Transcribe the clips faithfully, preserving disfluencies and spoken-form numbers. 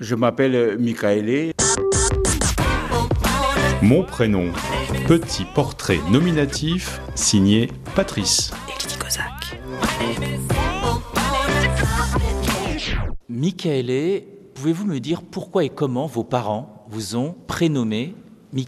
Je m'appelle Michaëlé. Mon prénom, petit portrait nominatif signé Patrice. Michaëlé, pouvez-vous me dire pourquoi et comment vos parents vous ont prénommé Michaëlé ?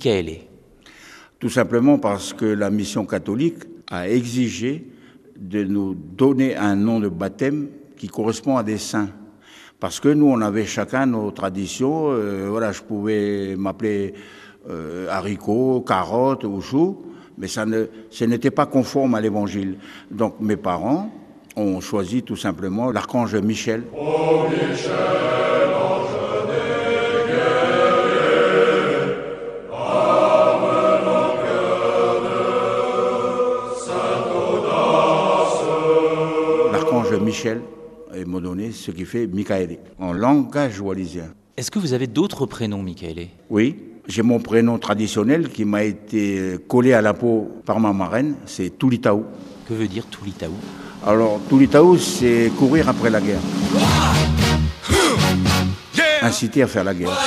Tout simplement parce que la mission catholique a exigé de nous donner un nom de baptême qui correspond à des saints. Parce que nous, on avait chacun nos traditions. Euh, voilà, je pouvais m'appeler euh, haricot, carotte ou chou, mais ça ne, ce n'était pas conforme à l'évangile. Donc mes parents ont choisi tout simplement l'archange Michel. Oh Michel, ange des guerriers, âme mon cœur de sainte audace. L'archange Michel m'a donné ce qui fait Michaëlé, en langage wallisien. Est-ce que vous avez d'autres prénoms, Michaëlé ? Oui, j'ai mon prénom traditionnel qui m'a été collé à la peau par ma marraine, c'est Toulitaou. Que veut dire Toulitaou ? Alors, Toulitaou, c'est courir après la guerre. Inciter à faire la guerre.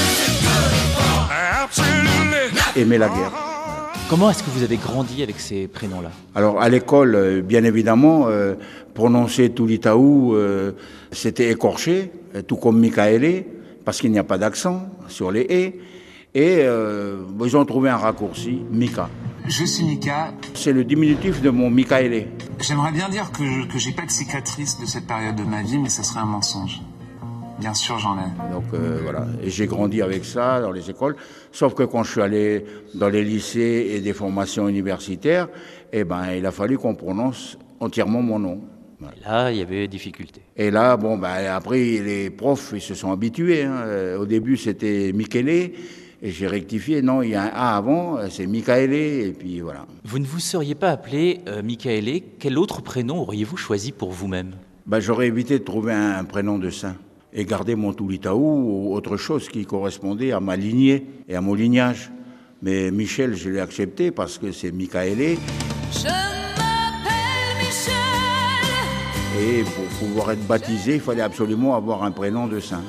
Aimer la guerre. Comment est-ce que vous avez grandi avec ces prénoms-là ? Alors, à l'école, bien évidemment, euh, prononcer Toulitaou, euh, c'était écorché, tout comme Michaëlé, parce qu'il n'y a pas d'accent sur les « et ». Et euh, ils ont trouvé un raccourci, Mika. Je suis Mika. C'est le diminutif de mon Michaëlé. J'aimerais bien dire que je, que j'ai pas de cicatrice de cette période de ma vie, mais ça serait un mensonge. Bien sûr, j'en ai. Donc euh, voilà, et j'ai grandi avec ça dans les écoles. Sauf que quand je suis allé dans les lycées et des formations universitaires, eh ben, il a fallu qu'on prononce entièrement mon nom. Voilà. Et là, il y avait des difficultés. Et là, bon, ben, après, les profs, ils se sont habitués. Hein. Au début, c'était Michaëlé. Et j'ai rectifié, non, il y a un A avant, c'est Michaëlé, et puis voilà. Vous ne vous seriez pas appelé euh, Michaëlé, quel autre prénom auriez-vous choisi pour vous-même ? Ben, j'aurais évité de trouver un, un prénom de saint et garder mon Toulitaou ou autre chose qui correspondait à ma lignée et à mon lignage. Mais Michel, je l'ai accepté parce que c'est Michaëlé. Je m'appelle Michel. Et pour pouvoir être baptisé, il fallait absolument avoir un prénom de saint.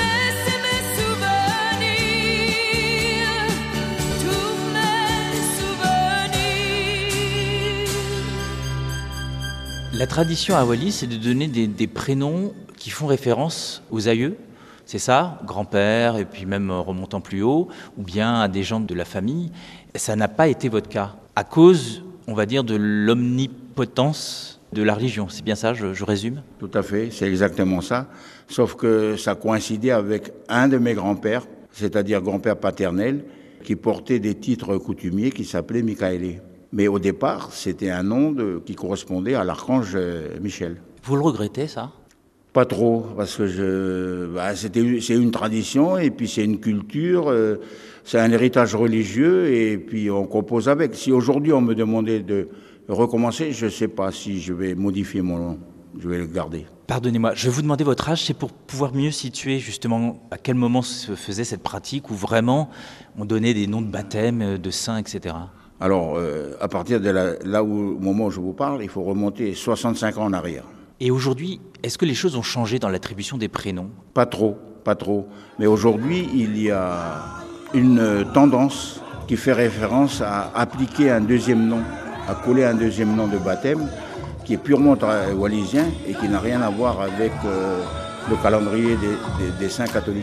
La tradition à Wallis, c'est de donner des, des prénoms qui font référence aux aïeux, c'est ça, grand-père, et puis même remontant plus haut, ou bien à des gens de la famille. Ça n'a pas été votre cas, à cause, on va dire, de l'omnipotence de la religion. C'est bien ça, je, je résume ? Tout à fait, c'est exactement ça. Sauf que ça coïncidait avec un de mes grands-pères, c'est-à-dire grand-père paternel, qui portait des titres coutumiers qui s'appelait Michaëlé. Mais au départ, c'était un nom de, qui correspondait à l'archange Michel. Vous le regrettez, ça ? Pas trop, parce que je, bah, c'était, c'est une tradition, et puis c'est une culture, euh, c'est un héritage religieux, et puis on compose avec. Si aujourd'hui on me demandait de recommencer, je ne sais pas si je vais modifier mon nom, je vais le garder. Pardonnez-moi, je vais vous demander votre âge, c'est pour pouvoir mieux situer justement à quel moment se faisait cette pratique, où vraiment on donnait des noms de baptême, de saints, et cetera. Alors, euh, à partir de la, là où, au moment où je vous parle, il faut remonter soixante-cinq ans en arrière. Et aujourd'hui, est-ce que les choses ont changé dans l'attribution des prénoms ? Pas trop, pas trop. Mais aujourd'hui, il y a une tendance qui fait référence à appliquer un deuxième nom, à coller un deuxième nom de baptême, qui est purement wallisien et qui n'a rien à voir avec euh, le calendrier des, des, des saints catholiques.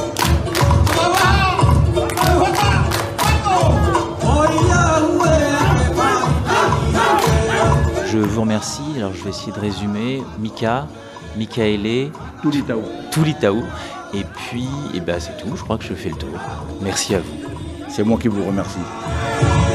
Je vous remercie. Alors je vais essayer de résumer. Mika, Michaëlé, Toulitaou. Toulitaou. Et puis, eh ben, c'est tout. Je crois que je fais le tour. Merci à vous. C'est moi qui vous remercie.